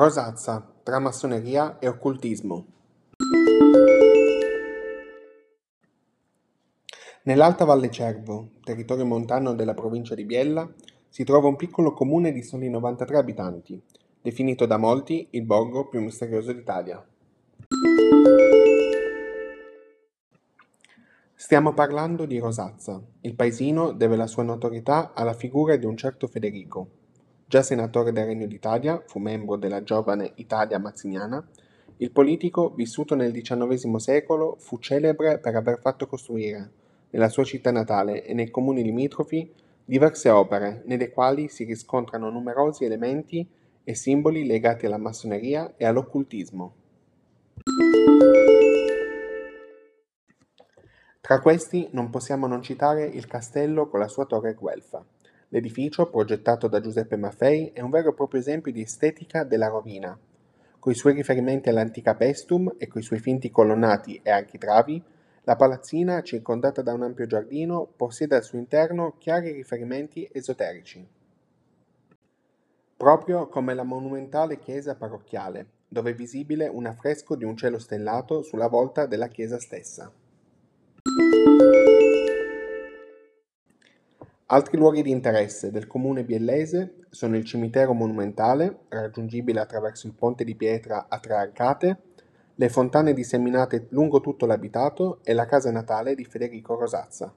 Rosazza, tra massoneria e occultismo. Nell'Alta Valle Cervo, territorio montano della provincia di Biella, si trova un piccolo comune di soli 93 abitanti, definito da molti il borgo più misterioso d'Italia. Stiamo parlando di Rosazza. Il paesino deve la sua notorietà alla figura di un certo Federico. Già senatore del Regno d'Italia, fu membro della giovane Italia mazziniana. Il politico, vissuto nel XIX secolo, fu celebre per aver fatto costruire, nella sua città natale e nei comuni limitrofi, diverse opere, nelle quali si riscontrano numerosi elementi e simboli legati alla massoneria e all'occultismo. Tra questi non possiamo non citare il castello con la sua torre guelfa. L'edificio, progettato da Giuseppe Maffei, è un vero e proprio esempio di estetica della rovina. Coi suoi riferimenti all'antica Pestum e coi suoi finti colonnati e architravi, la palazzina, circondata da un ampio giardino, possiede al suo interno chiari riferimenti esoterici. Proprio come la monumentale chiesa parrocchiale, dove è visibile un affresco di un cielo stellato sulla volta della chiesa stessa. Altri luoghi di interesse del comune biellese sono il cimitero monumentale, raggiungibile attraverso il ponte di pietra a tre arcate, le fontane disseminate lungo tutto l'abitato e la casa natale di Federico Rosazza.